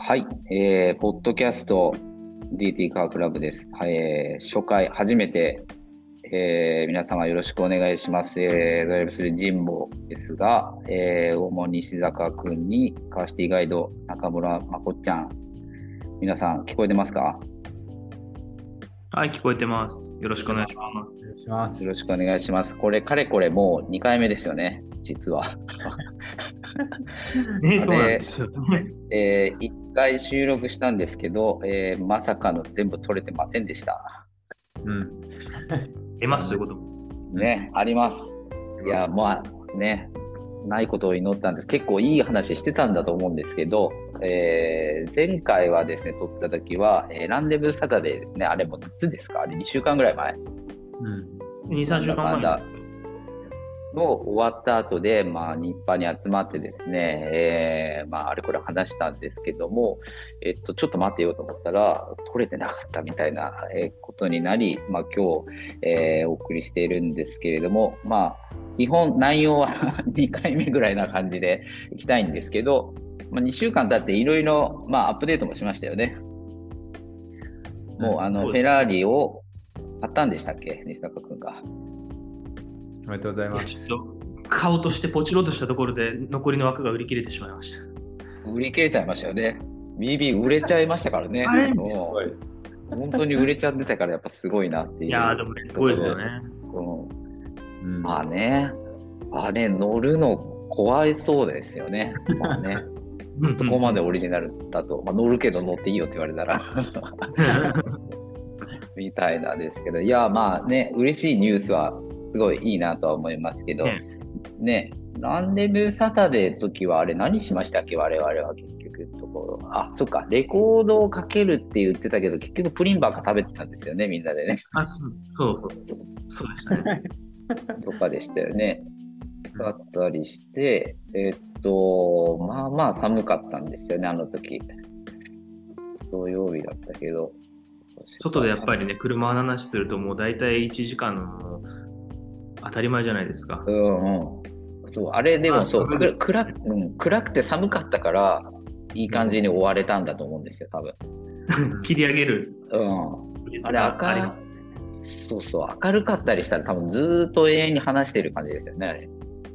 はい、ポッドキャスト DT カークラブです。初回、初めて、皆様よろしくお願いします。ドライブスルー神保ですが、主に石坂くんにカーシティガイド中村まこっちゃん、皆さん聞こえてますか？ はい、聞こえてます。よろしくお願いします。 よろしくお願いします。これ、かれこれもう2回目ですよね、実は。 そうなんですよね。 1回収録したんですけど、まさかの全部撮れてませんでした。 出ます、そういうことも。 ね、あります。いや、まあね、ないことを祈ったんです。結構いい話してたんだと思うんですけど、前回はですね、撮った時は、ランデブーサタデーですね。あれもいつですか？あれ2週間ぐらい前。 2、3週間前ですよ。 の終わった後で、日課に集まってですね、あれこれ話したんですけども、ちょっと待ってよと思ったら、取れてなかったみたいなことになり、今日、お送りしているんですけれども、基本内容は2回目ぐらいな感じでいきたいんですけど、2週間経っていろいろアップデートもしましたよね。もうフェラーリを買ったんでしたっけ、西坂君が。 おめでとうございます。 ちょっと買おうとしてポチろうとしたところで残りの枠が売り切れてしまいました。 売り切れちゃいましたよね。BB 売れちゃいましたからね。本当に売れちゃってたからやっぱすごいなっていう。 いやーでもね、すごいですよね。 まあね、あれ乗るの怖いそうですよね。まあね、そこまでオリジナルだと、乗るけど乗っていいよって言われたらみたいなんですけど、いやまあね、嬉しいニュースはすごいいいなとは思いますけど、ね、ランデブーサタデーの時はあれ何しましたっけ、我々は結局のところ。そっか、レコードをかけるって言ってたけど、結局プリンばっか食べてたんですよね、みんなでね。 そうでしたね。 とかでしたよね。だったりして、寒かったんですよね、あの時。土曜日だったけど。 外でやっぱりね、車の話するともう大体1時間の当たり前じゃないですか。 そう、あれでもそう、暗くて寒かったから、いい感じに終われたんだと思うんですよ、多分。 切り上げる。 あれそう、明るかったりしたら多分ずっと永遠に話してる感じですよね、あれ。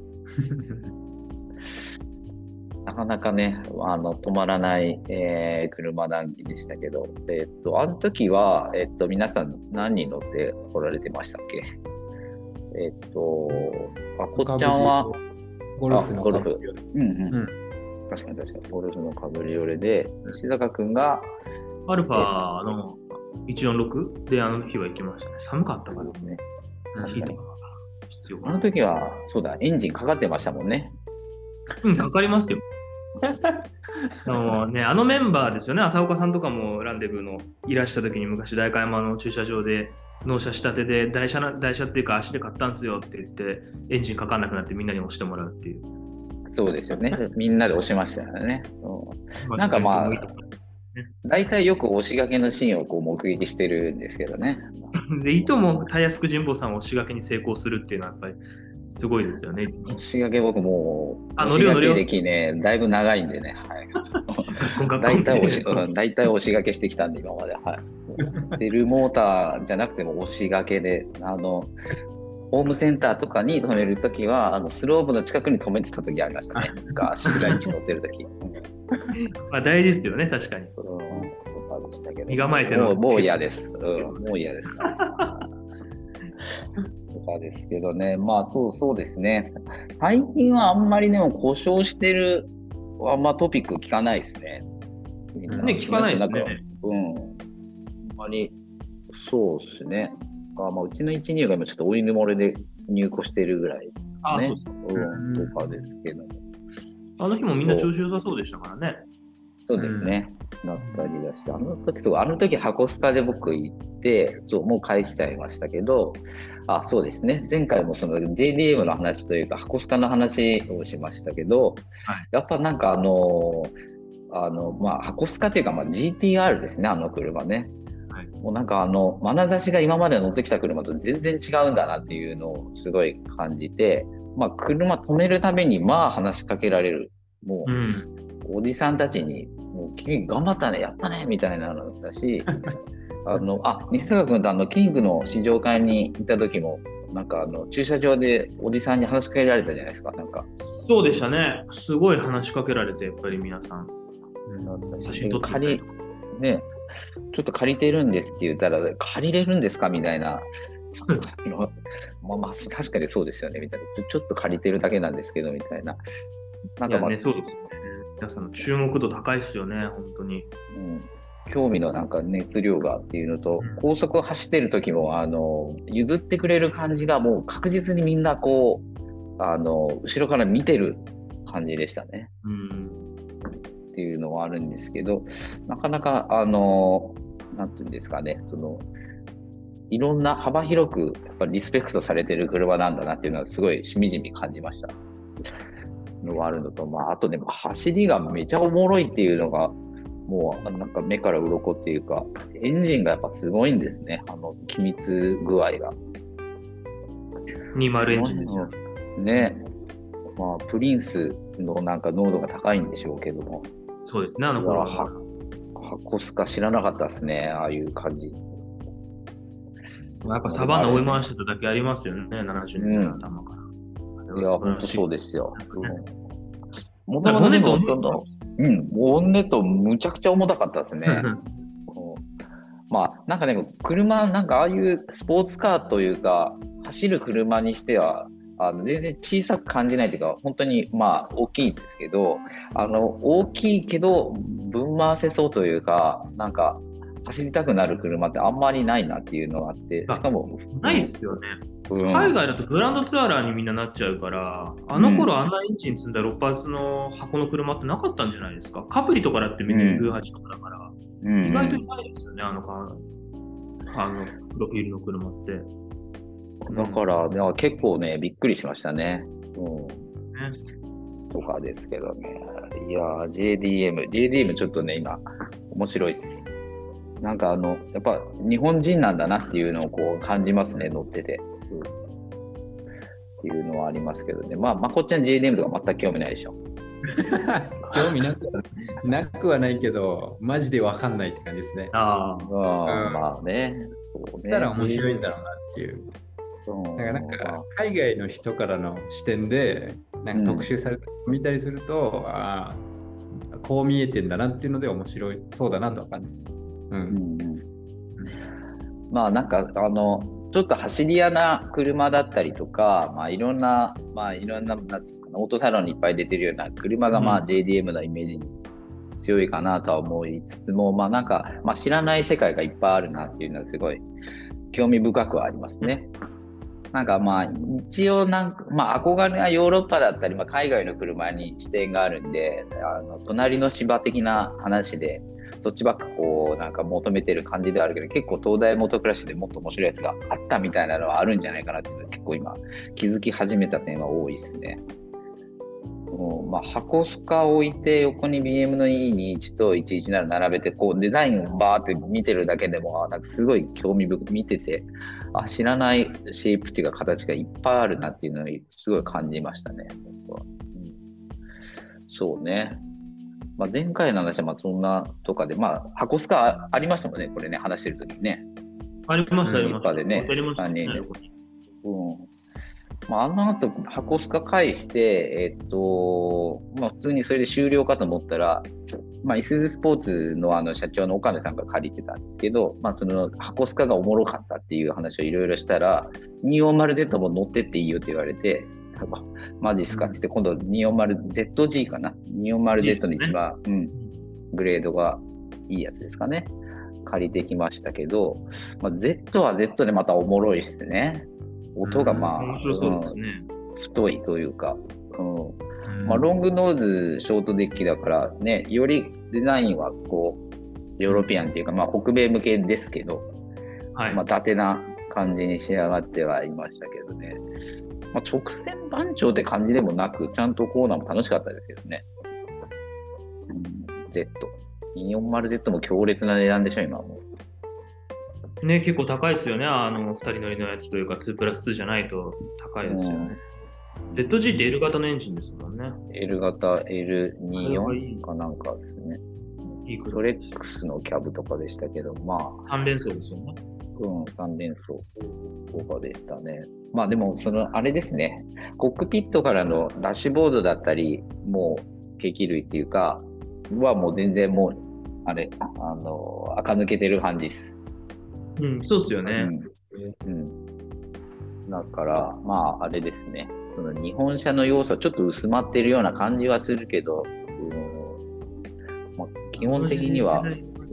なかなかね、止まらない、車談義でしたけど、あの時は、皆さん何人乗って来られてましたっけ？こっちゃんはゴルフのゴルフ。確かにゴルフのカブリオレで、石坂くんがアルファの146であの日は行きましたね。寒かったからね。必要。 あの時はそうだ、エンジンかかってましたもんね。 かかりますよ。あのメンバーですよね。浅岡さんとかもランデブーのいらした時に昔代官山の駐車場で納車したてで台車っていうか足で買ったんすよって言ってエンジンかかんなくなってみんなに押してもらうっていう。 そうですよね。みんなで押しましたよね。なんか大体よく押し掛けのシーンをこう目撃してるんですけどね。 で、いともたやすく神保さんを押し掛けに成功するっていうのはやっぱりすごいですよね。 押し掛け僕もう押し掛け歴ね、だいぶ長いんでね。大体押し掛けしてきたんで今まで。セルモーターじゃなくても押し掛けで、ホームセンターとかに止めるときはスロープの近くに止めてたときありましたね。市街地乗ってるとき。 大事ですよね、確かに。身構えてる。 もう嫌です。もう嫌です。とかですけどね。そうですね。最近はあんまりでも故障してるトピック聞かないですね。 聞かないですね。 あんまりそうですね。うちの一入が今ちょっとオイル漏れで入庫してるぐらいね。とかですけど。 あの日もみんな調子良さそうでしたからね。 そうですね。なったりだし、あの時箱スカで僕行って、もう返しちゃいましたけど、そうですね。前回もその JDM の話というか、箱スカの話をしましたけど、やっぱなんか箱スカっていうか、GTR ですね、あの車ね。もうなんか眼差しが今まで乗ってきた車と全然違うんだなっていうのをすごい感じて、車止めるために話しかけられる。もう、おじさんたちにも君頑張ったね、やったねみたいなのだったし、西坂君とキングの試乗会に行った時も、なんか駐車場でおじさんに話しかけられたじゃないですか、なんか。 そうでしたね。すごい話しかけられて、やっぱり皆さん。写真撮ってたりとかね、ちょっと借りてるんですって言ったら、借りれるんですかみたいな。まあ、確かにそうですよね、みたいな。ちょっと借りてるだけなんですけど、みたいな。なんかね、そうですよね。皆さんの注目度高いですよね、本当に。 興味のなんか熱量がっていうのと、高速を走ってる時も譲ってくれる感じがもう確実にみんなこう後ろから見てる感じでしたね。っていうのはあるんですけど、なかなかなんていうんですかね、いろんな幅広くやっぱりリスペクトされてる車なんだなっていうのはすごいしみじみ感じましたのがあるのと、あとでも走りがめちゃおもろいっていうのがもうなんか目から鱗っていうか、エンジンがやっぱすごいんですね、機密具合が。 20エンジンですよね。プリンスのなんか濃度が高いんでしょうけども。 そうですね、頃は。 箱スカ知らなかったですね、ああいう感じ。 やっぱサバンナ追い回してただけありますよね、70年代の頭から。 いや、本当そうですよ。 ボンネットボンネットむちゃくちゃ重たかったですね。なんかね、車、なんかああいうスポーツカーというか、走る車にしては、全然小さく感じないというか、本当に大きいんですけど、大きいけど、ぶん回せそうというか、なんか、走りたくなる車ってあんまりないなっていうのがあって、しかも。 ないっすよね。海外だとグランドツアラーにみんななっちゃうから、あの頃あんなエンジン積んだ6発の箱の車ってなかったんじゃないですか。カプリとかだってみんな V8 とかだから、意外といないですよね、プロフィールの車って。 だから結構ね、びっくりしましたね。とかですけどね。いやー、JDM ちょっとね、今、面白いっす。なんかやっぱ日本人なんだなっていうのをこう感じますね、乗ってて。っていうのはありますけどね。まこっちゃん JDM とか全く興味ないでしょ。 興味なくはないけど、マジでわかんないって感じですね。 まあね。 そうね。だから面白いんだろうなっていう。なんか海外の人からの視点でなんか特集されて見たりすると、こう見えてんだなっていうので面白いそうだなとわかんない。 なんかちょっと走り屋な車だったりとか、いろんなオートサロンにいっぱい出てるような車がJDM のイメージに強いかなとは思いつつも、なんか知らない世界がいっぱいあるなっていうのはすごい興味深くはありますね。なんか一応憧れがヨーロッパだったり、海外の車に視点があるんで、隣の芝的な話でそっちばっかこうなんか求めてる感じではあるけど、結構東大モトクラシでもっと面白いやつがあったみたいなのはあるんじゃないかなっていうのは結構今気づき始めた点は多いですね。箱スカを置いて横に BM の E21 と117並べてこうデザインをバーって見てるだけでもなんかすごい興味深く見てて、知らないシェイプっていうか形がいっぱいあるなっていうのをすごい感じましたね。そうね。前回の話はそんなとかで、箱スカありましたもんね、これね、話してる時にね。 ありました、ありました。 でね、3人で。あの後、箱スカ返して、普通にそれで終了かと思ったら、イスズスポーツの社長の岡部さんが借りてたんですけど、その箱スカがおもろかったっていう話をいろいろしたら、240Z も乗ってっていいよって言われて、マジっすかって言って、今度 240ZG かな 240Z の一番、グレードがいいやつですかね、借りてきましたけど、Z は Z でまたおもろいですね。音が面白そうですね。 太いというか、ロングノーズショートデッキだからね、よりデザインはこうヨーロピアンっていうか、北米向けですけど、伊達な感じに仕上がってはいましたけどね。直線番長って感じでもなく、ちゃんとコーナーも楽しかったですけどね。Z240Z も強烈な値段でしょ今もね。結構高いですよね、2人乗りのやつというか2プラス2じゃないと高いですよね。ZG って L 型のエンジンですもんね。 L 型 L24 かなんかですね。 トレックスのキャブとかでしたけど、まあ。3連装ですよね。 3連装とかでしたね。まあでも、あれですね、コックピットからのダッシュボードだったり、もう、機類っていうか、はもう全然もう、垢抜けてる感じです。 そうですよね。 だから、まあ、あれですね、日本車の要素はちょっと薄まってるような感じはするけど、まあ、基本的には、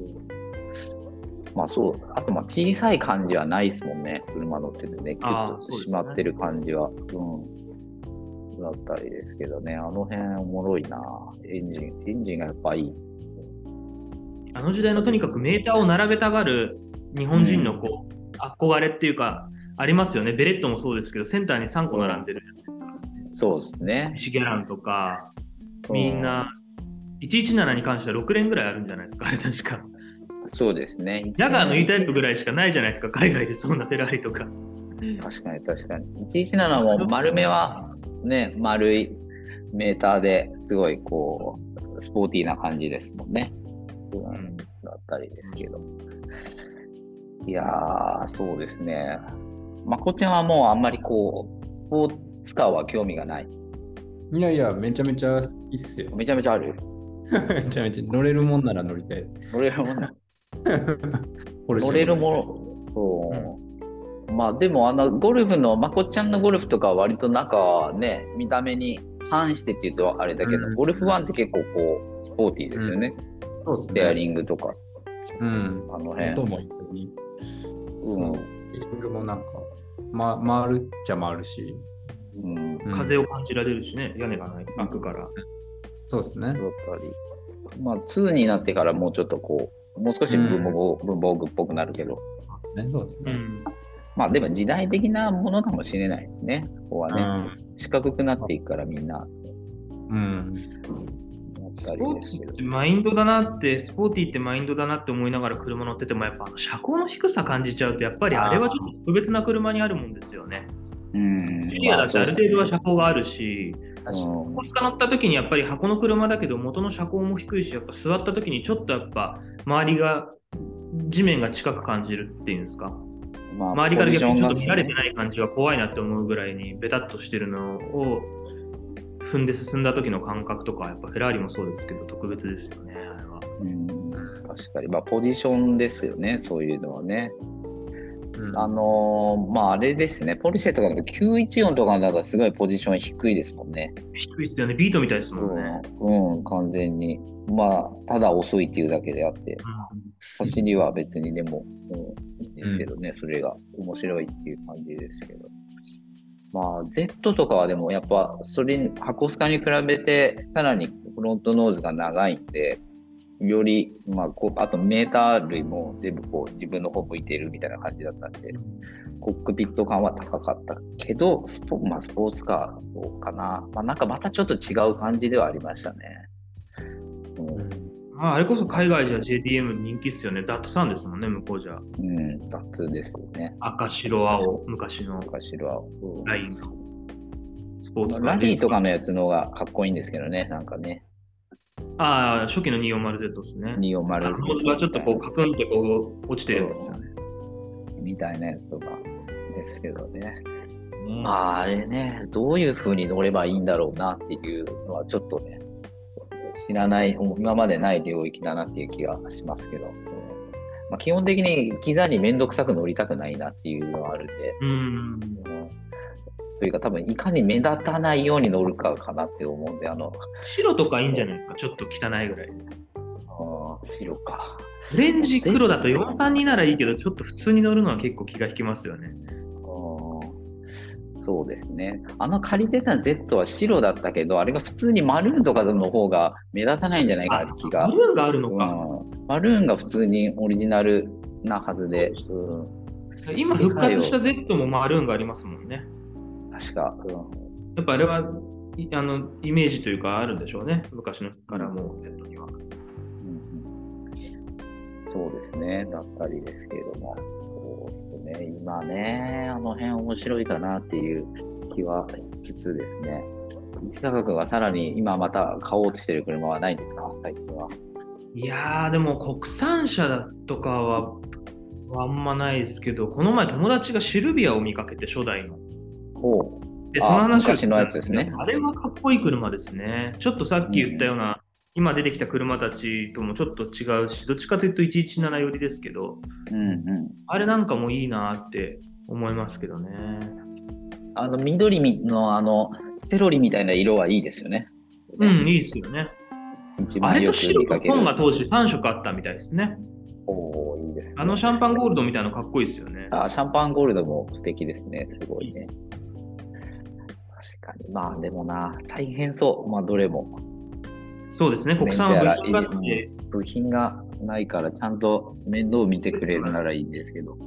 まあそう、あとまあ小さい感じはないですもんね、車乗っててね、キュッと締まってる感じは、だったりですけどね、あの辺おもろいな、エンジンがやっぱいい。 あの時代のとにかくメーターを並べたがる日本人の憧れっていうか、ありますよね。ベレットもそうですけど、センターに3個並んでるじゃないですか。 そうですね。 シギャランとか、みんな、117に関しては6連ぐらいあるんじゃないですか、あれ確か。 そうですね。 ジャガーの E タイプぐらいしかないじゃないですか、海外でそんなフェラーリとか。 確かに確かに。117も丸めはね、丸いメーターですごいこう、スポーティーな感じですもんね。だったりですけど。いやー、そうですね。まこっちゃんはもうあんまりこう、スポーツカーは興味がない。 いやいや、めちゃめちゃいいっすよ。 めちゃめちゃあるめちゃめちゃ乗れるもんなら乗りたい。 乗れるもんな乗れるもの。そう。まあでもゴルフの、まこっちゃんのゴルフとかは割となんかね、見た目に反してっていうとあれだけど、ゴルフワンって結構こう、スポーティーですよね。 そうですね。 スペアリングとか。あの辺。 音もいいように。スペアリングもなんか、回るっちゃ回るし。 風を感じられるしね、屋根が開くから。 そうですね。 まあ、2になってからもうちょっとこう、もう少し文房具っぽくなるけど。 そうですね。 まあでも時代的なものかもしれないですね。そこはね。四角くなっていくからみんな。 スポーツってマインドだなって、スポーティーってマインドだなって思いながら車乗ってても、やっぱ車高の低さ感じちゃうと、やっぱりあれはちょっと特別な車にあるもんですよね。エリアだってある程度は車高があるし、コスカ乗った時にやっぱり箱の車だけど元の車高も低いし、やっぱ座った時にちょっとやっぱ周りが地面が近く感じるっていうんですか。周りから逆にちょっと見られてない感じは怖いなって思うぐらいにベタっとしてるのを踏んで進んだ時の感覚とか、やっぱフェラーリもそうですけど特別ですよね、あれは。 確かに、まあポジションですよね、そういうのはね。まああれですね、ポルシェとかの914とかなんかすごいポジション低いですもんね。 低いですよね、ビートみたいですもんね。 完全に。まあ、ただ遅いっていうだけであって、走りは別にでも、いいんですけどね、それが面白いっていう感じですけど。まあ、Z とかはでもやっぱ、箱スカに比べて、さらにフロントノーズが長いんで、より、まあ、あとメーター類も全部こう自分の方向いてるみたいな感じだったんで、コックピット感は高かったけど、スポーツカーかな。まあ、なんかまたちょっと違う感じではありましたね。 あれこそ海外じゃ JDM 人気っすよね。ダットさんですもんね、向こうじゃ。 ダッツですよね。 赤、白、青、昔の赤、白、青。 ラインのスポーツカー。 ラリーとかのやつの方がかっこいいんですけどね、なんかね。 初期の 240Z ですね。 240Z。 文字がちょっとこうカクンってこう落ちてるやつですよね。 みたいなやつとかですけどね。まああれね、どういう風に乗ればいいんだろうなっていうのはちょっとね、知らない、今までない領域だなっていう気がしますけど。まあ、基本的にキザにめんどくさく乗りたくないなっていうのはあるんで。というか多分いかに目立たないように乗るかかなって思うんで、 白とかいいんじゃないですか、ちょっと汚いぐらい。 白か。 オレンジ黒だと432ならいいけど、ちょっと普通に乗るのは結構気が引きますよね。 そうですね。借りてた Z は白だったけど、あれが普通にマルーンとかの方が目立たないんじゃないかなって気が。 マルーンがあるのか。 マルーンが普通にオリジナルなはずで。 今復活した Z もマルーンがありますもんね。 確か。 やっぱあれはイメージというかあるんでしょうね。昔のからも Z には。 そうですね。だったりですけれども。そうですね。今ね、あの辺面白いかなっていう気はしつつですね。西坂君はさらに今また買おうとしてる車はないんですか、最近は。 いやー、でも国産車だとかはあんまないですけど、この前友達がシルビアを見かけて初代の。 ほで、 う。 その話を昔のやつですね。 あれはかっこいい車ですね。ちょっとさっき言ったような、今出てきた車たちともちょっと違うし、どっちかというと117寄りですけど、あれなんかもいいなって思いますけどね。 緑のセロリみたいな色はいいですよね。 いいですよね。 一番よく見かける。 本が当時3色あったみたいですね。 おー、いいですね。 シャンパンゴールドみたいなのかっこいいですよね。 シャンパンゴールドも素敵ですね。すごいね。確かに。まあでもな、大変そう。まあどれも。 そうですね。国産は部品があって。 部品がないからちゃんと面倒を見てくれるならいいんですけど。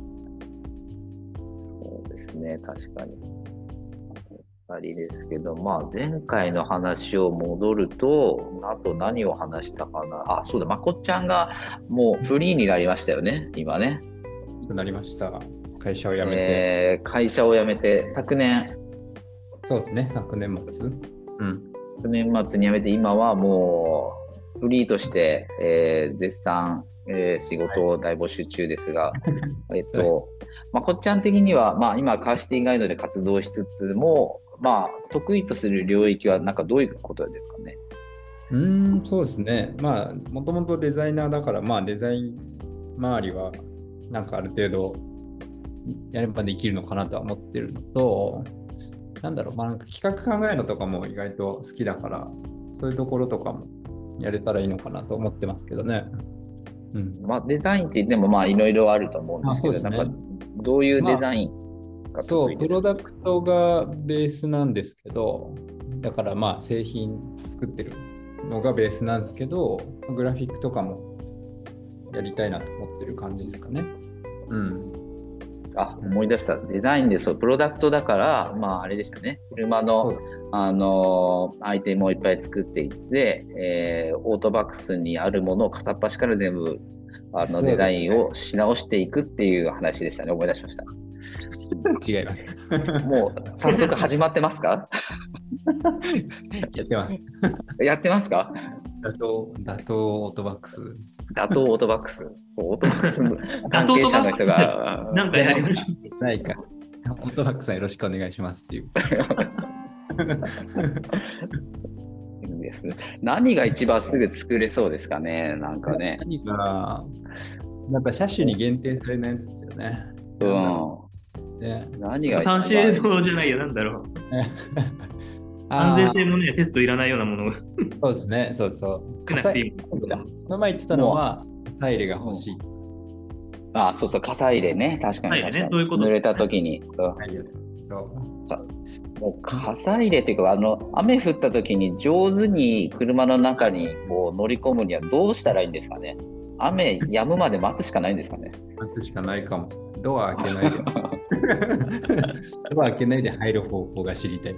そうですね。確かに。ありですけど、まあ前回の話を戻ると、あと何を話したかな。そうだ、まこっちゃんがもうフリーになりましたよね、今ね。 なりました。会社を辞めて。 会社を辞めて、昨年。 そうですね、昨年末。 昨年末に辞めて、今はもうフリーとして、絶賛、仕事を大募集中ですが、まこっちゃん的には、まあ今、カーシティガイドで活動しつつも、まあ、得意とする領域はなんかどういうことですかね。 そうですね。まあ、もともとデザイナーだから、まあ、デザイン周りは、なんかある程度、やればできるのかなとは思ってるのと、なんだろう、まあ、なんか企画考えるのとかも意外と好きだから、そういうところとかもやれたらいいのかなと思ってますけどね。 まあ、デザインって言っても、まあ、いろいろあると思うんですけど、なんか、どういうデザイン、 そう、プロダクトがベースなんですけど、だからまあ製品作ってるのがベースなんですけど、グラフィックとかもやりたいなと思ってる感じですかね。 思い出した。デザインで、そう、プロダクトだから、まああれでしたね。車の、アイテムをいっぱい作っていって、オートバックスにあるものを片っ端から全部、デザインをし直していくっていう話でしたね。思い出しました。 違います。 もう早速始まってますか？ やってます。 やってますか？ 打倒オートバックス。 打倒オートバックス。オートバックスの関係者の人が。 なんかやりましょう。ないか。オートバックスさんよろしくお願いしますっていう。 ですね。何が一番すぐ作れそうですかね、なんかね。 何が、やっぱ車種に限定されないやつですよね。 何が一番サンシェードじゃないよ、なんだろう。安全性もね、テストいらないようなものを。 そうですね、そうそう。この前言ってたのは、サイレが欲しい。 そうそう、傘入れね、確かに確かに。 そういうこと。 濡れた時に。 そう。 もう傘入れっていうか、雨降った時に上手に車の中にこう乗り込むにはどうしたらいいんですかね。雨止むまで待つしかないんですかね。 待つしかないかも。ドア開けないで。ドア開けないで入る方法が知りたい。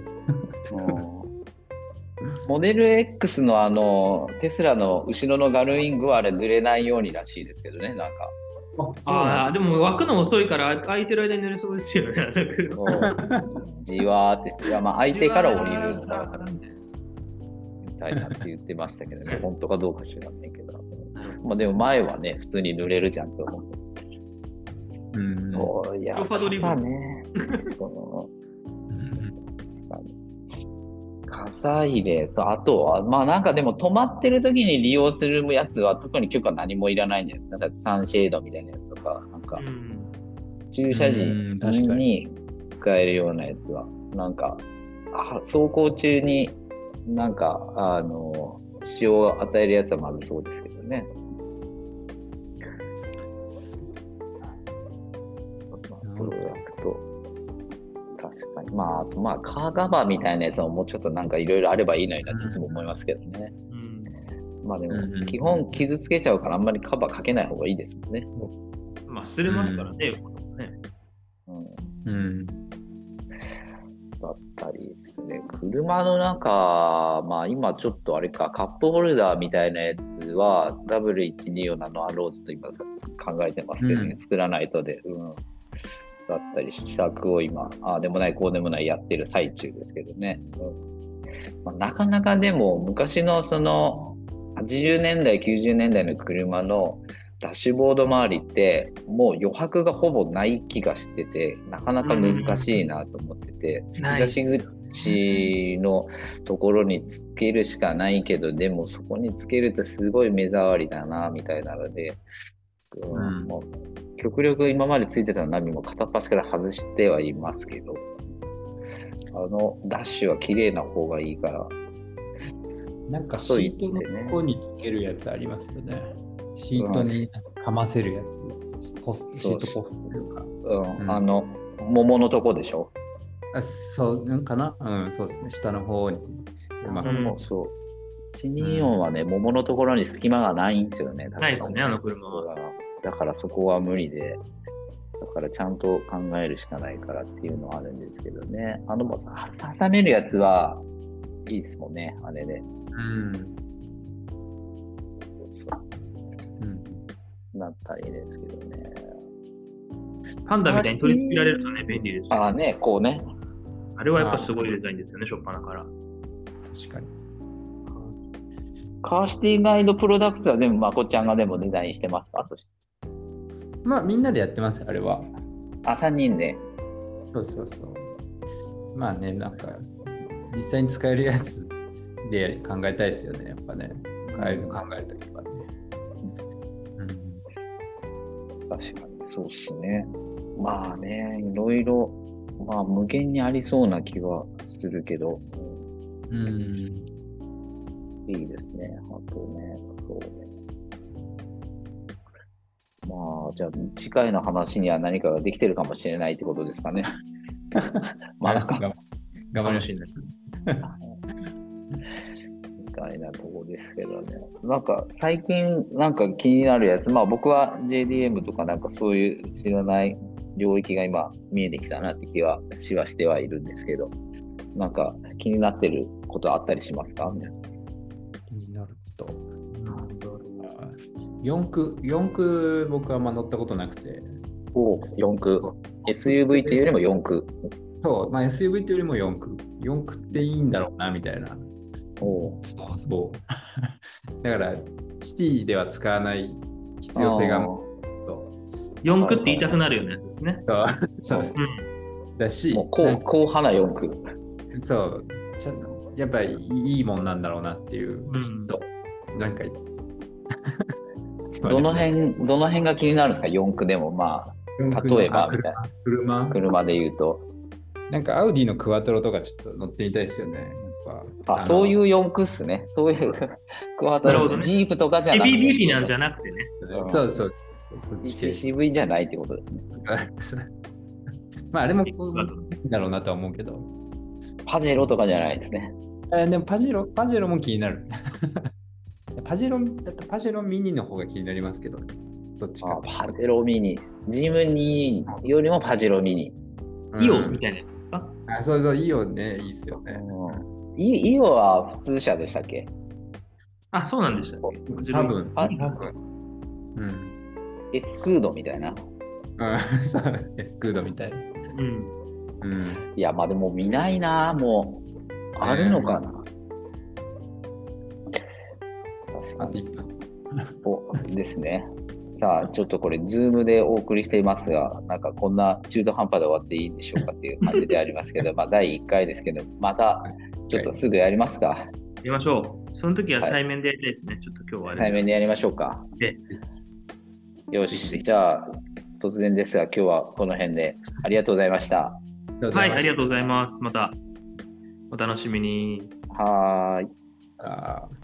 モデル X のテスラの後ろのガルウィングはあれ濡れないようにらしいですけどね、なんか。 でも湧くの遅いから空いてる間に濡れそうですよね。 じわーってして、開いてから降りるんだからみたいなって言ってましたけどね、本当かどうか知らないけど。でも前はね、普通に濡れるじゃんと思って。いや、傘ね。傘入れ、あとは、なんかでも止まってる時に利用するやつは特に許可何もいらないんじゃないですか。なんかサンシェードみたいなやつとか、なんか、駐車時に使えるようなやつは、なんか、走行中になんか、使用を与えるやつはまずそうですけどね。プロダクト。確かに。あとカーカバーみたいなやつももうちょっとなんかいろいろあればいいのになっていつも思いますけどね。でも、基本傷つけちゃうからあんまりカバーかけない方がいいですもんね。 擦れますからね、 だったりですね。車の中、今ちょっとあれか、カップホルダーみたいなやつは W124 のアローズと今考えてますけどね、作らないとで。だったり試作を今、でもないこうでもないやってる最中ですけどね。なかなかでも昔の 80年代、90年代の車のダッシュボード周りって、もう余白がほぼない気がしてて、なかなか難しいなと思ってて、引き出し口のところにつけるしかないけど、でもそこにつけるとすごい目障りだな、みたいなので、もう極力今までついてたナビも片っ端から外してはいますけど、ダッシュは綺麗な方がいいから。 なんかシートのとこにつけるやつありますよね。シートにかませるやつ。シートポストというか。 桃のとこでしょ。 そうかな。そうですね。下の方に。 そう。124はね、桃のところに隙間がないんですよね。 ないですね、あの車は。 だからそこは無理で。だからちゃんと考えるしかないからっていうのはあるんですけどね。挟めるやつはいいですもんね、あれで。なったりですけどね。 パンダみたいに取り付けられるとね、便利ですよね。 こうね。 あれはやっぱすごいデザインですよね、初っ端から。 確かに。 カーシティガイドプロダクツはでもまこちゃんがでもデザインしてますか？そしてまあみんなでやってます、あれは。 3人で。 そう。まあね、なんか実際に使えるやつで考えたいですよね、やっぱね。ああいうの考えるときはね。 確かにそうっすね。まあね、いろいろ、まあ無限にありそうな気はするけど。いいですね。あとね、そうね。まあ、じゃあ次回の話には何かができてるかもしれないってことですかね。まあなんか頑張りましょう。 みたいなとこですけどね。なんか最近なんか気になるやつ、まあ僕は JDM とかなんかそういう知らない領域が今見えてきたなって気はしてはいるんですけど、なんか気になってることあったりしますか？ 気になること。4駆僕はあんま乗ったことなくて。 4駆。SUV というよりも4駆。 そう、まあ SUV というよりも4駆。4駆っていいんだろうなみたいな。そう。だからシティでは使わない必要性が 4駆って言いたくなるようなやつですね。 そう。だし、 もう硬派な4駆。 そう。やっぱりいいもんなんだろうなっていう、きっと。なんかどの辺が気になるんですか？ 4 駆でもまあ例えばみたいな車で言うとなんかアウディのクワトロとかちょっと乗ってみたいですよね。 そういう4駆っすね。そういうクワトロ、ね、ジープとかじゃなくてヘビーデューティーなんじゃなくてね。 そう。 CV じゃないってことですね。 まああれもいいんだろうなとは思うけど。 パジェロとかじゃないですね。 でもパジェロも気になる。パジェロミニの方が気になりますけど、どっちか。 パジェロミニ。ジムニーよりもパジェロミニ。 イオみたいなやつですか？ そう、イオね、いいっすよね。 イオは普通車でしたっけ？ そうなんでしたっけ？ 多分。 エスクードみたいな。 そう、エスクードみたいな。 いや、まあでも見ないな、もう。あるのかな。 あと1分。 ですね。さあ、ちょっとこれ、ズームでお送りしていますが、なんかこんな中途半端で終わっていいんでしょうかっていう感じでありますけど、まあ第1回ですけど、またちょっとすぐやりますか。 やりましょう。その時は対面でやりたいですね。ちょっと今日は。 対面でやりましょうか。よし、じゃあ、突然ですが、今日はこの辺でありがとうございました。 はい、ありがとうございます。またお楽しみに。 はーい。